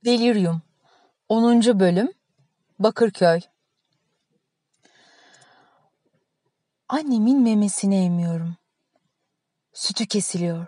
Delirium 10. Bölüm Bakırköy. Annemin memesini emiyorum. Sütü kesiliyor.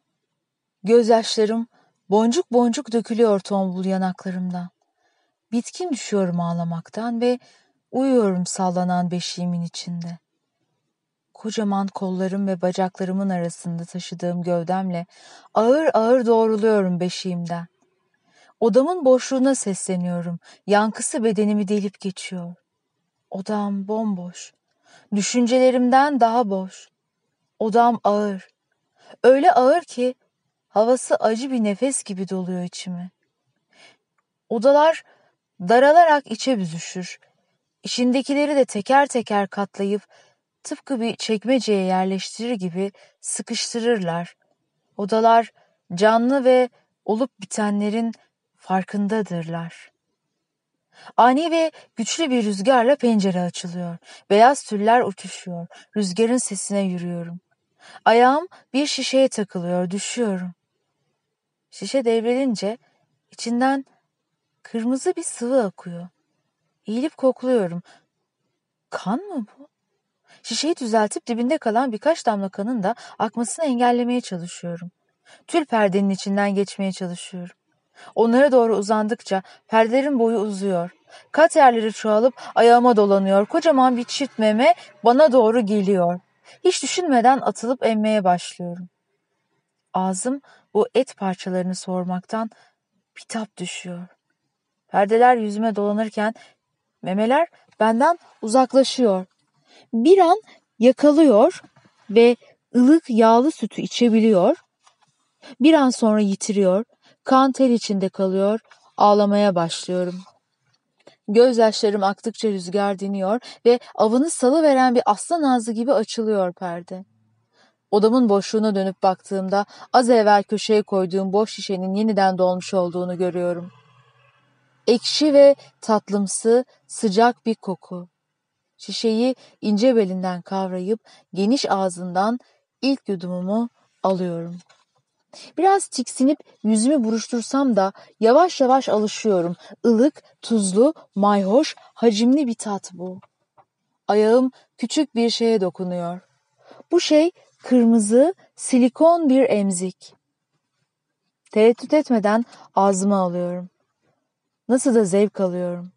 Gözyaşlarım boncuk boncuk dökülüyor tombul yanaklarımdan. Bitkin düşüyorum ağlamaktan ve uyuyorum sallanan beşiğimin içinde. Kocaman kollarım ve bacaklarımın arasında taşıdığım gövdemle ağır ağır doğruluyorum beşiğimden. Odamın boşluğuna sesleniyorum. Yankısı bedenimi delip geçiyor. Odam bomboş. Düşüncelerimden daha boş. Odam ağır. Öyle ağır ki havası acı bir nefes gibi doluyor içimi. Odalar daralarak içe büzüşür. İçindekileri de teker teker katlayıp tıpkı bir çekmeceye yerleştirir gibi sıkıştırırlar. Odalar canlı ve olup bitenlerin farkındadırlar. Ani ve güçlü bir rüzgarla pencere açılıyor. Beyaz tüller uçuşuyor. Rüzgarın sesine yürüyorum. Ayağım bir şişeye takılıyor, düşüyorum. Şişe devrilince içinden kırmızı bir sıvı akıyor. Eğilip kokluyorum. Kan mı bu? Şişeyi düzeltip dibinde kalan birkaç damla kanın da akmasını engellemeye çalışıyorum. Tül perdenin içinden geçmeye çalışıyorum. Onlara doğru uzandıkça perdelerin boyu uzuyor. Kat yerleri çoğalıp ayağıma dolanıyor. Kocaman bir çift meme bana doğru geliyor. Hiç düşünmeden atılıp emmeye başlıyorum. Ağzım bu et parçalarını sormaktan bitap düşüyor. Perdeler yüzüme dolanırken memeler benden uzaklaşıyor. Bir an yakalıyor ve ılık yağlı sütü içebiliyor. Bir an sonra yitiriyor. Kan ter içinde kalıyor. Ağlamaya başlıyorum. Gözyaşlarım aktıkça rüzgar diniyor ve avını salıveren bir aslan ağzı gibi açılıyor perde. Odamın boşluğuna dönüp baktığımda az evvel köşeye koyduğum boş şişenin yeniden dolmuş olduğunu görüyorum. Ekşi ve tatlımsı sıcak bir koku. Şişeyi ince belinden kavrayıp geniş ağzından ilk yudumumu alıyorum. Biraz tiksinip yüzümü buruştursam da yavaş yavaş alışıyorum. Ilık, tuzlu, mayhoş, hacimli bir tat bu. Ayağım küçük bir şeye dokunuyor. Bu şey kırmızı, silikon bir emzik. Tereddüt etmeden ağzıma alıyorum. Nasıl da zevk alıyorum.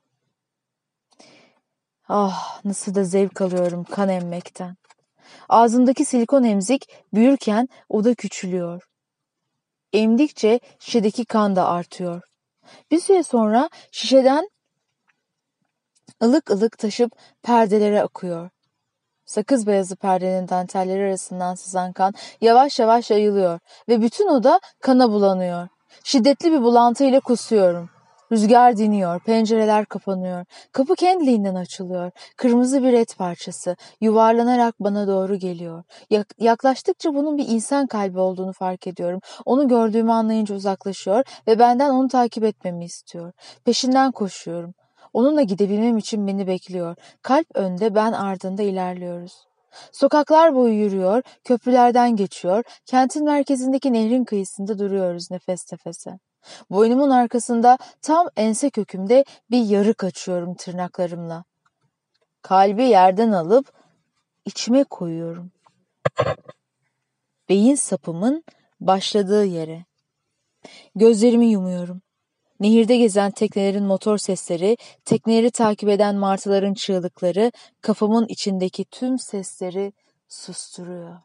Ah, nasıl da zevk alıyorum kan emmekten. Ağzımdaki silikon emzik büyürken o da küçülüyor. Emdikçe şişedeki kan da artıyor. Bir süre sonra şişeden ılık ılık taşıp perdelere akıyor. Sakız beyazı perdenin dantelleri arasından sızan kan yavaş yavaş yayılıyor ve bütün oda kana bulanıyor. Şiddetli bir bulantıyla kusuyorum. Rüzgar diniyor, pencereler kapanıyor. Kapı kendiliğinden açılıyor. Kırmızı bir et parçası yuvarlanarak bana doğru geliyor. Yaklaştıkça bunun bir insan kalbi olduğunu fark ediyorum. Onu gördüğümü anlayınca uzaklaşıyor ve benden onu takip etmemi istiyor. Peşinden koşuyorum. Onunla gidebilmem için beni bekliyor. Kalp önde, ben ardında ilerliyoruz. Sokaklar boyu yürüyor, köprülerden geçiyor, kentin merkezindeki nehrin kıyısında duruyoruz nefes nefese. Boynumun arkasında tam ense kökümde bir yarık açıyorum tırnaklarımla. Kalbi yerden alıp içime koyuyorum. Beyin sapımın başladığı yere. Gözlerimi yumuyorum. Nehirde gezen teknelerin motor sesleri, tekneleri takip eden martıların çığlıkları, kafamın içindeki tüm sesleri susturuyor.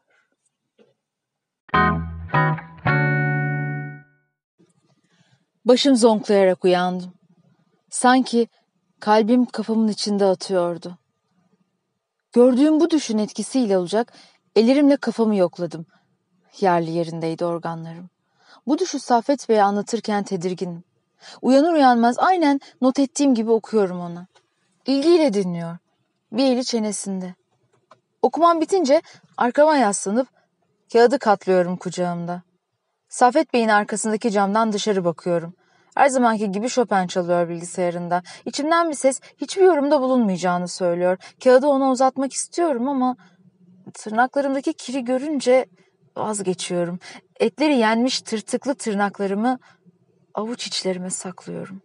Başım zonklayarak uyandım. Sanki kalbim kafamın içinde atıyordu. Gördüğüm bu düşün etkisiyle olacak, ellerimle kafamı yokladım. Yerli yerindeydi organlarım. Bu düşü Saffet Bey'e anlatırken tedirginim. Uyanır uyanmaz aynen not ettiğim gibi okuyorum ona. İlgiyle dinliyor. Bir eli çenesinde. Okumam bitince arkama yaslanıp kağıdı katlıyorum kucağımda. Saffet Bey'in arkasındaki camdan dışarı bakıyorum. Her zamanki gibi Chopin çalıyor bilgisayarında. İçimden bir ses hiçbir yorumda bulunmayacağını söylüyor. Kağıdı ona uzatmak istiyorum ama tırnaklarımdaki kiri görünce vazgeçiyorum. Etleri yenmiş tırtıklı tırnaklarımı Avuç içlerime saklıyorum.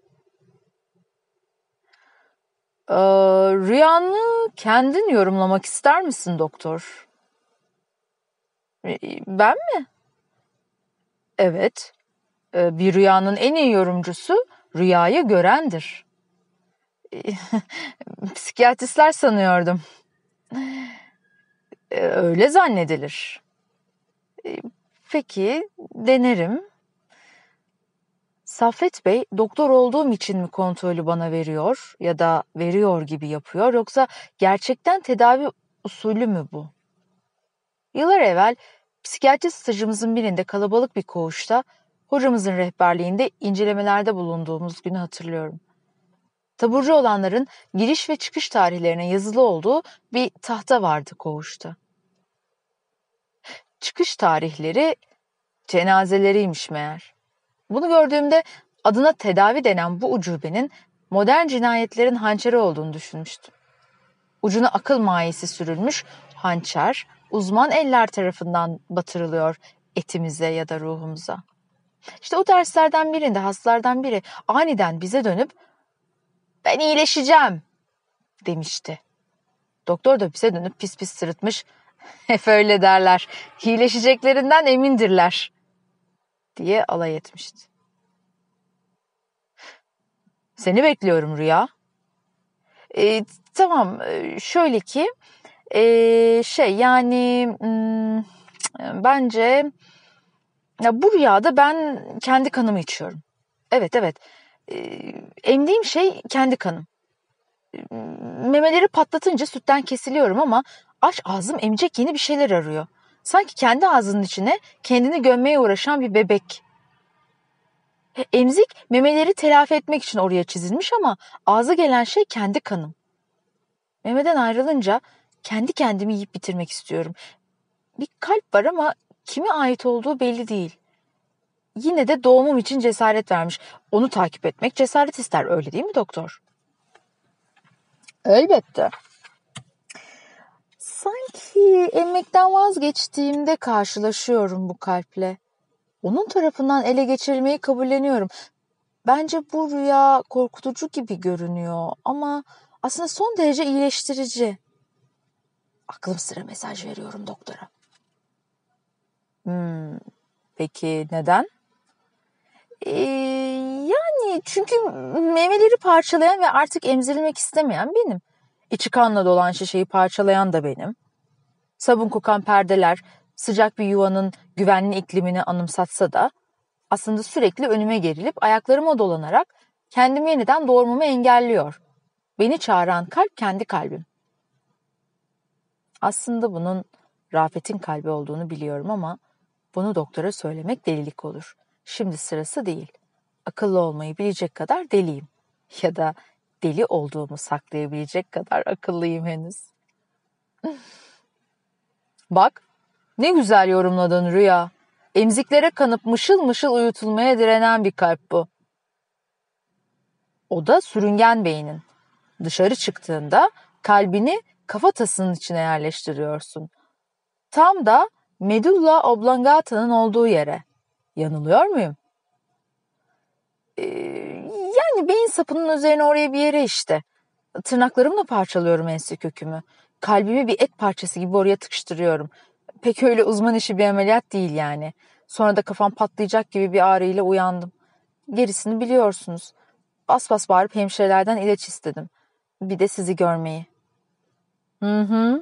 Rüyanı kendin yorumlamak ister misin doktor? Ben mi? Evet. Bir rüyanın en iyi yorumcusu rüyayı görendir. Psikiyatristler sanıyordum. Öyle zannedilir. Peki, denerim. Saffet Bey, doktor olduğum için mi kontrolü bana veriyor ya da veriyor gibi yapıyor, yoksa gerçekten tedavi usulü mü bu? Yıllar evvel psikiyatri stajımızın birinde kalabalık bir koğuşta hocamızın rehberliğinde incelemelerde bulunduğumuz günü hatırlıyorum. Taburcu olanların giriş ve çıkış tarihlerine yazılı olduğu bir tahta vardı koğuşta. Çıkış tarihleri cenazeleriymiş meğer. Bunu gördüğümde adına tedavi denen bu ucubenin modern cinayetlerin hançeri olduğunu düşünmüştüm. Ucuna akıl mayesi sürülmüş hançer, uzman eller tarafından batırılıyor etimize ya da ruhumuza. İşte o derslerden birinde hastalardan biri aniden bize dönüp "Ben iyileşeceğim" demişti. Doktor da bize dönüp pis pis sırıtmış. "Hep öyle derler, iyileşeceklerinden emindirler" diye alay etmişti. Seni bekliyorum Rüya. Tamam, şöyle ki bence ya bu rüyada ben kendi kanımı içiyorum. Evet. Emdiğim şey kendi kanım. Memeleri patlatınca sütten kesiliyorum ama aç ağzım emecek yeni bir şeyler arıyor. Sanki kendi ağzının içine kendini gömmeye uğraşan bir bebek. Emzik memeleri telafi etmek için oraya çizilmiş ama ağza gelen şey kendi kanım. Memeden ayrılınca kendi kendimi yiyip bitirmek istiyorum. Bir kalp var ama kime ait olduğu belli değil. Yine de doğumum için cesaret vermiş. Onu takip etmek cesaret ister, öyle değil mi doktor? Elbette. Sanki emmekten vazgeçtiğimde karşılaşıyorum bu kalple. Onun tarafından ele geçirilmeyi kabulleniyorum. Bence bu rüya korkutucu gibi görünüyor ama aslında son derece iyileştirici. Aklım sıra mesaj veriyorum doktora. Peki neden? Yani çünkü memeleri parçalayan ve artık emzirilmek istemeyen benim. İçi kanla dolan şişeyi parçalayan da benim. Sabun kokan perdeler sıcak bir yuvanın güvenli iklimini anımsatsa da aslında sürekli önüme gerilip ayaklarıma dolanarak kendimi yeniden doğurmamı engelliyor. Beni çağıran kalp kendi kalbim. Aslında bunun Rafet'in kalbi olduğunu biliyorum ama bunu doktora söylemek delilik olur. Şimdi sırası değil. Akıllı olmayı bilecek kadar deliyim. Ya da deli olduğumu saklayabilecek kadar akıllıyım henüz. Bak, ne güzel yorumladın Rüya. Emziklere kanıp mışıl mışıl uyutulmaya direnen bir kalp bu. O da sürüngen beynin. Dışarı çıktığında kalbini kafatasının içine yerleştiriyorsun. Tam da medulla oblongata'nın olduğu yere. Yanılıyor muyum? Yani beyin sapının üzerine oraya bir yere işte. Tırnaklarımla parçalıyorum ense kökümü. Kalbimi bir et parçası gibi oraya tıkıştırıyorum. Pek öyle uzman işi bir ameliyat değil yani. Sonra da kafam patlayacak gibi bir ağrıyla uyandım. Gerisini biliyorsunuz. Bas bas bağırıp hemşirelerden ilaç istedim. Bir de sizi görmeyi. Hı.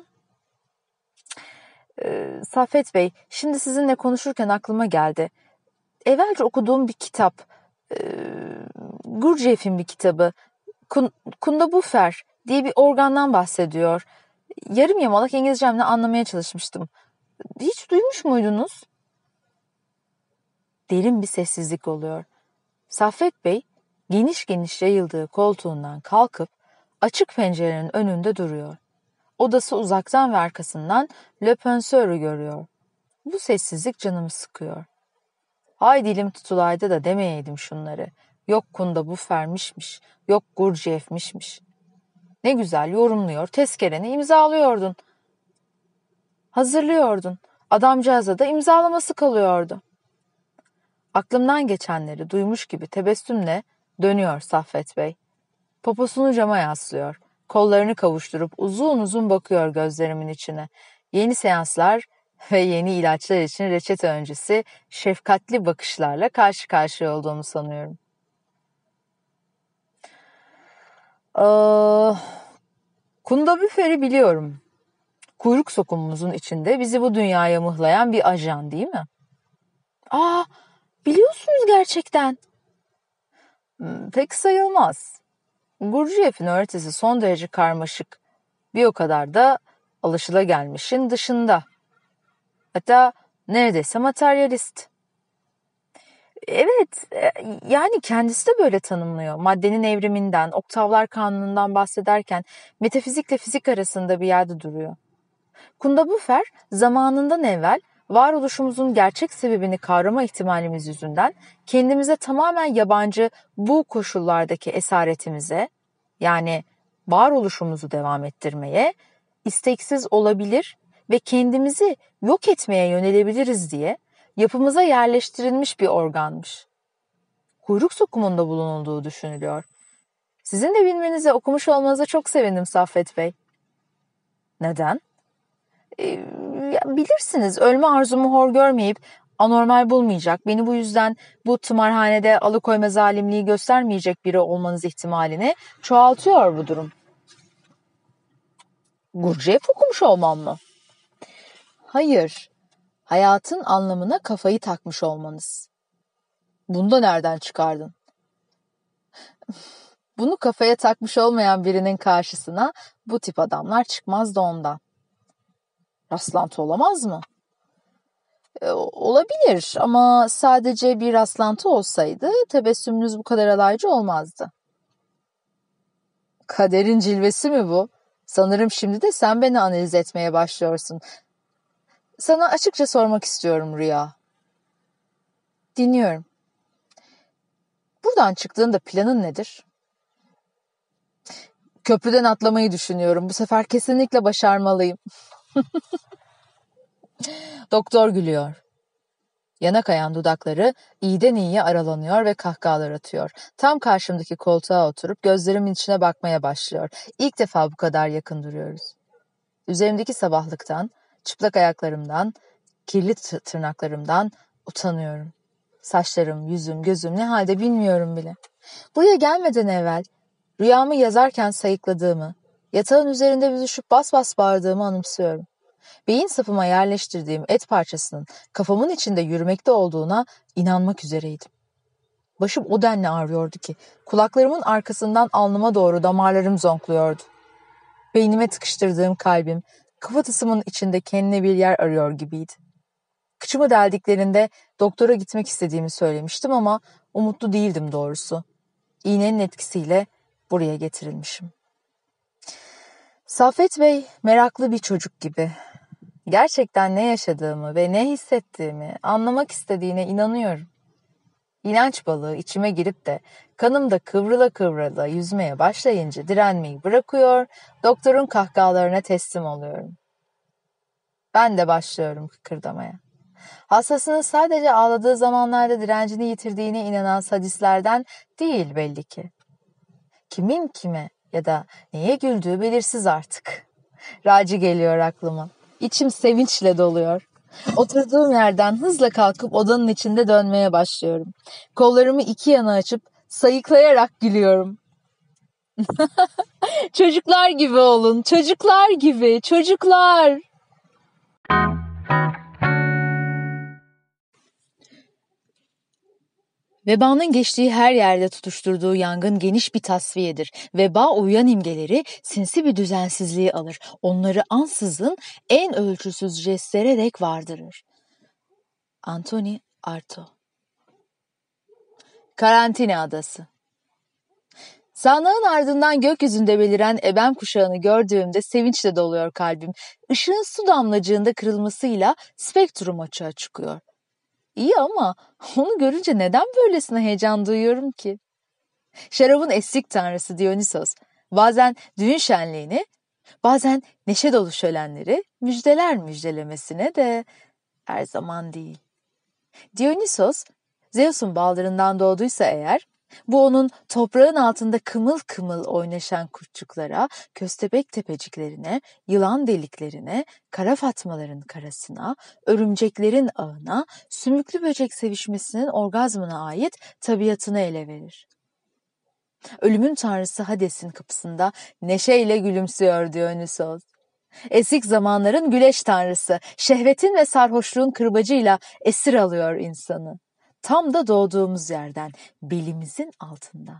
Saffet Bey, şimdi sizinle konuşurken aklıma geldi. Evvelce okuduğum bir kitap, Gurdjieff'in bir kitabı, Kundabuffer diye bir organdan bahsediyor. Yarım yamalak İngilizcemle anlamaya çalışmıştım. Hiç duymuş muydunuz? Derin bir sessizlik oluyor. Saffet Bey geniş geniş yayıldığı koltuğundan kalkıp açık pencerenin önünde duruyor. Odası uzaktan ve arkasından Le Penseur'ü görüyor. Bu sessizlik canımı sıkıyor. Hay dilim tutulaydı da demeyeydim şunları. Yok Kundabuffer'mişmiş, yok Gurdjieff'mişmiş. Ne güzel yorumluyor, tezkereni imzalıyordun. Hazırlıyordun. Adamcağıza da imzalaması kalıyordu. Aklımdan geçenleri duymuş gibi tebessümle dönüyor Saffet Bey. Poposunu cama yaslıyor. Kollarını kavuşturup uzun uzun bakıyor gözlerimin içine. Yeni seanslar ve yeni ilaçlar için reçete öncesi şefkatli bakışlarla karşı karşıya olduğumu sanıyorum. Kundabüfer'i biliyorum. Kuyruk sokumumuzun içinde bizi bu dünyaya mıhlayan bir ajan değil mi? Aa, biliyorsunuz gerçekten. Pek sayılmaz. Gurdjieff'in öğretisi son derece karmaşık. Bir o kadar da alışılagelmişin dışında. Hatta neredeyse materyalist. Evet, yani kendisi de böyle tanımlıyor. Maddenin evriminden, oktavlar kanunundan bahsederken metafizikle fizik arasında bir yerde duruyor. Kundabüfer zamanından evvel varoluşumuzun gerçek sebebini kavrama ihtimalimiz yüzünden kendimize tamamen yabancı bu koşullardaki esaretimize, yani varoluşumuzu devam ettirmeye isteksiz olabilir ve kendimizi yok etmeye yönelebiliriz diye yapımıza yerleştirilmiş bir organmış. Kuyruk sokumunda bulunulduğu düşünülüyor. Sizin de bilmenize, okumuş olmanıza çok sevindim Saffet Bey. Neden? Bilirsiniz, ölme arzumu hor görmeyip anormal bulmayacak, beni bu yüzden bu tımarhanede alıkoyma zalimliği göstermeyecek biri olmanız ihtimalini çoğaltıyor bu durum. Gurdjieff okumuş olmam mı? Hayır, hayatın anlamına kafayı takmış olmanız. Bunu da nereden çıkardın? Bunu kafaya takmış olmayan birinin karşısına bu tip adamlar çıkmaz da ondan. Rastlantı olamaz mı? Olabilir ama sadece bir rastlantı olsaydı tebessümünüz bu kadar alaycı olmazdı. Kaderin cilvesi mi bu? Sanırım şimdi de sen beni analiz etmeye başlıyorsun. Sana açıkça sormak istiyorum Rüya. Dinliyorum. Buradan çıktığında planın nedir? Köprüden atlamayı düşünüyorum. Bu sefer kesinlikle başarmalıyım. Doktor gülüyor. Yana kayan dudakları iyiden iyiye aralanıyor ve kahkahalar atıyor. Tam karşımdaki koltuğa oturup gözlerimin içine bakmaya başlıyor. İlk defa bu kadar yakın duruyoruz. Üzerimdeki sabahlıktan, çıplak ayaklarımdan, kirli tırnaklarımdan utanıyorum. Saçlarım, yüzüm, gözüm ne halde bilmiyorum bile. Buraya gelmeden evvel rüyamı yazarken sayıkladığımı, yatağın üzerinde büzüşüp bas bas bağırdığımı anımsıyorum. Beyin sapıma yerleştirdiğim et parçasının kafamın içinde yürümekte olduğuna inanmak üzereydim. Başım o denli ağrıyordu ki kulaklarımın arkasından alnıma doğru damarlarım zonkluyordu. Beynime tıkıştırdığım kalbim kafatasımın içinde kendine bir yer arıyor gibiydi. Kıçımı deldiklerinde doktora gitmek istediğimi söylemiştim ama umutlu değildim doğrusu. İğnenin etkisiyle buraya getirilmişim. Saffet Bey meraklı bir çocuk gibi. Gerçekten ne yaşadığımı ve ne hissettiğimi anlamak istediğine inanıyorum. İnanç balığı içime girip de kanımda kıvrıla kıvrıla yüzmeye başlayınca direnmeyi bırakıyor, doktorun kahkahalarına teslim oluyorum. Ben de başlıyorum kıkırdamaya. Hastasının sadece ağladığı zamanlarda direncini yitirdiğine inanan sadistlerden değil belli ki. Kimin kime ya da neye güldüğü belirsiz artık. Raci geliyor aklıma. İçim sevinçle doluyor. Oturduğum yerden hızla kalkıp odanın içinde dönmeye başlıyorum. Kollarımı iki yana açıp sayıklayarak gülüyorum. Çocuklar gibi olun, çocuklar gibi, çocuklar. Vebanın geçtiği her yerde tutuşturduğu yangın geniş bir tasfiyedir. Veba uyuyan imgeleri sinsi bir düzensizliği alır. Onları ansızın en ölçüsüz jestlere dek vardırır. Anthony Artaud. Karantina Adası. Sağanağın ardından gökyüzünde beliren ebem kuşağını gördüğümde sevinçle doluyor kalbim. Işığın su damlacığında kırılmasıyla spektrum açığa çıkıyor. İyi ama onu görünce neden böylesine heyecan duyuyorum ki? Şarabın esrik tanrısı Dionysos bazen düğün şenliğini, bazen neşe dolu şölenleri müjdeler müjdelemesine de her zaman değil. Dionysos Zeus'un baldırından doğduysa eğer, bu onun toprağın altında kımıl kımıl oynaşan kurtçuklara, köstebek tepeciklerine, yılan deliklerine, kara fatmaların karasına, örümceklerin ağına, sümüklü böcek sevişmesinin orgazmına ait tabiatını ele verir. Ölümün tanrısı Hades'in kapısında neşeyle gülümsüyor Dionysos. Eski zamanların güleş tanrısı, şehvetin ve sarhoşluğun kırbacıyla esir alıyor insanı. Tam da doğduğumuz yerden, belimizin altında.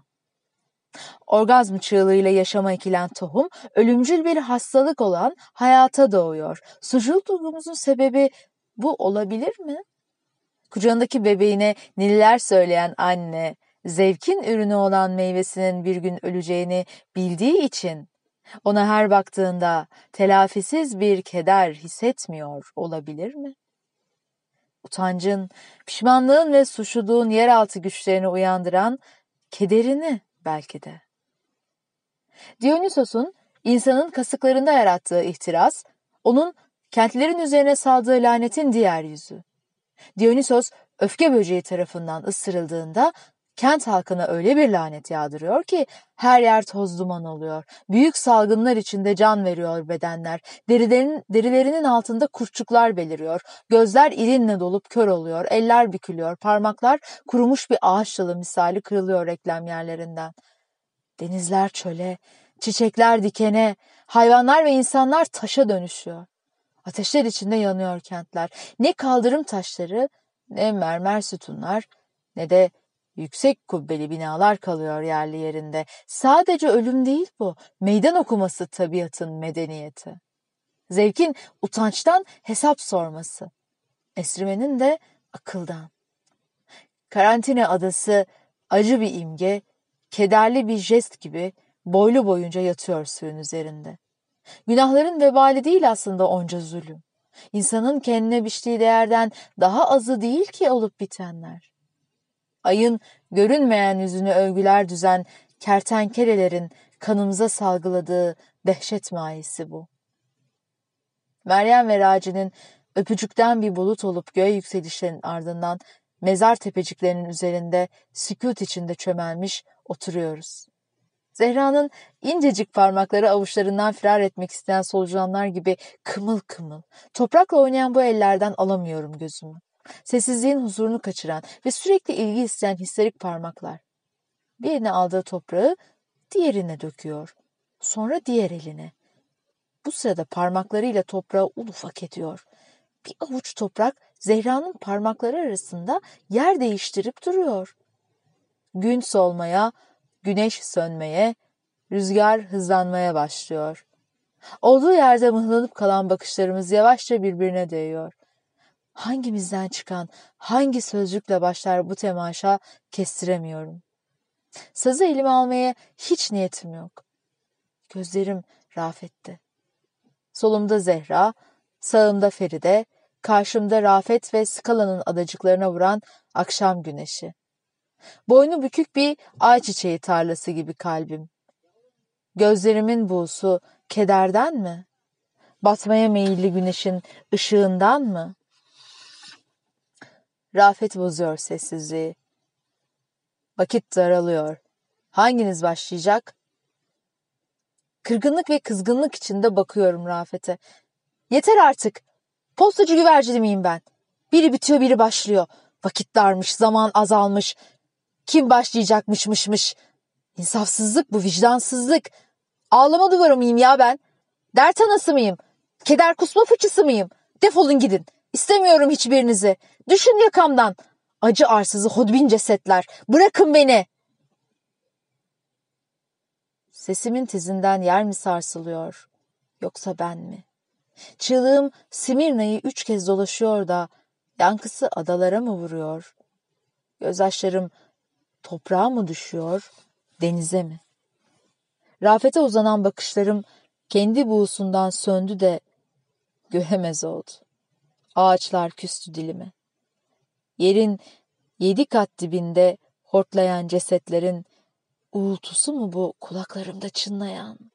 Orgazm çığlığıyla yaşama ekilen tohum, ölümcül bir hastalık olan hayata doğuyor. Suçluluk duygumuzun sebebi bu olabilir mi? Kucağındaki bebeğine nilliler söyleyen anne, zevkin ürünü olan meyvesinin bir gün öleceğini bildiği için ona her baktığında telafisiz bir keder hissetmiyor olabilir mi? Utancın, pişmanlığın ve suçluluğun yeraltı güçlerini uyandıran kederini belki de. Dionysos'un insanın kasıklarında yarattığı ihtiras, onun kentlerin üzerine saldığı lanetin diğer yüzü. Dionysos öfke böceği tarafından ısırıldığında kent halkına öyle bir lanet yağdırıyor ki her yer toz duman oluyor. Büyük salgınlar içinde can veriyor bedenler. Derilerinin altında kurtçuklar beliriyor. Gözler irinle dolup kör oluyor. Eller bükülüyor. Parmaklar kurumuş bir ağaç dalı misali kırılıyor eklem yerlerinden. Denizler çöle, çiçekler dikene, hayvanlar ve insanlar taşa dönüşüyor. Ateşler içinde yanıyor kentler. Ne kaldırım taşları, ne mermer sütunlar, ne de yüksek kubbeli binalar kalıyor yerli yerinde. Sadece ölüm değil bu, meydan okuması tabiatın medeniyeti. Zevkin utançtan hesap sorması, esrimenin de akıldan. Karantina adası acı bir imge, kederli bir jest gibi boylu boyunca yatıyor suyun üzerinde. Günahların vebali değil aslında onca zulüm. İnsanın kendine biçtiği değerden daha azı değil ki olup bitenler. Ayın görünmeyen yüzünü övgüler düzen kertenkelelerin kanımıza salgıladığı dehşet mayesi bu. Meryem ve Raci'nin öpücükten bir bulut olup göğe yükselişlerin ardından mezar tepeciklerinin üzerinde sükût içinde çömelmiş oturuyoruz. Zehra'nın incecik parmakları avuçlarından firar etmek isteyen solucanlar gibi kımıl kımıl. Toprakla oynayan bu ellerden alamıyorum gözümü. Sessizliğin huzurunu kaçıran ve sürekli ilgi isteyen histerik parmaklar. Birine aldığı toprağı diğerine döküyor. Sonra diğer eline. Bu sırada parmaklarıyla toprağı un ufak ediyor. Bir avuç toprak Zehra'nın parmakları arasında yer değiştirip duruyor. Gün solmaya, güneş sönmeye, rüzgar hızlanmaya başlıyor. Olduğu yerde mıhlanıp kalan bakışlarımız yavaşça birbirine değiyor. Hangimizden çıkan, hangi sözcükle başlar bu temaşa kestiremiyorum. Sazı elime almaya hiç niyetim yok. Gözlerim Rafet'te. Solumda Zehra, sağımda Feride, karşımda Rafet ve skalanın adacıklarına vuran akşam güneşi. Boynu bükük bir ayçiçeği tarlası gibi kalbim. Gözlerimin buğusu kederden mi? Batmaya meyilli güneşin ışığından mı? Rafet bozuyor sessizliği. Vakit daralıyor. Hanginiz başlayacak? Kırgınlık ve kızgınlık içinde bakıyorum Rafet'e. Yeter artık. Postacı güvercini miyim ben? Biri bitiyor, biri başlıyor. Vakit darmış, zaman azalmış. Kim başlayacakmışmışmış. İnsafsızlık bu, vicdansızlık. Ağlama duvarı mıyım ya ben? Dert anası mıyım? Keder kusma fıçısı mıyım? Defolun gidin. İstemiyorum hiçbirinizi. Düşün yakamdan. Acı arsızı hodbin cesetler. Bırakın beni. Sesimin tizinden yer mi sarsılıyor? Yoksa ben mi? Çığlığım Simirna'yı 3 kez dolaşıyor da yankısı adalara mı vuruyor? Gözyaşlarım toprağa mı düşüyor, denize mi? Rafet'e uzanan bakışlarım kendi buğusundan söndü de göremez oldu. Ağaçlar küstü dilime. Yerin 7 kat dibinde hortlayan cesetlerin uğultusu mu bu kulaklarımda çınlayan?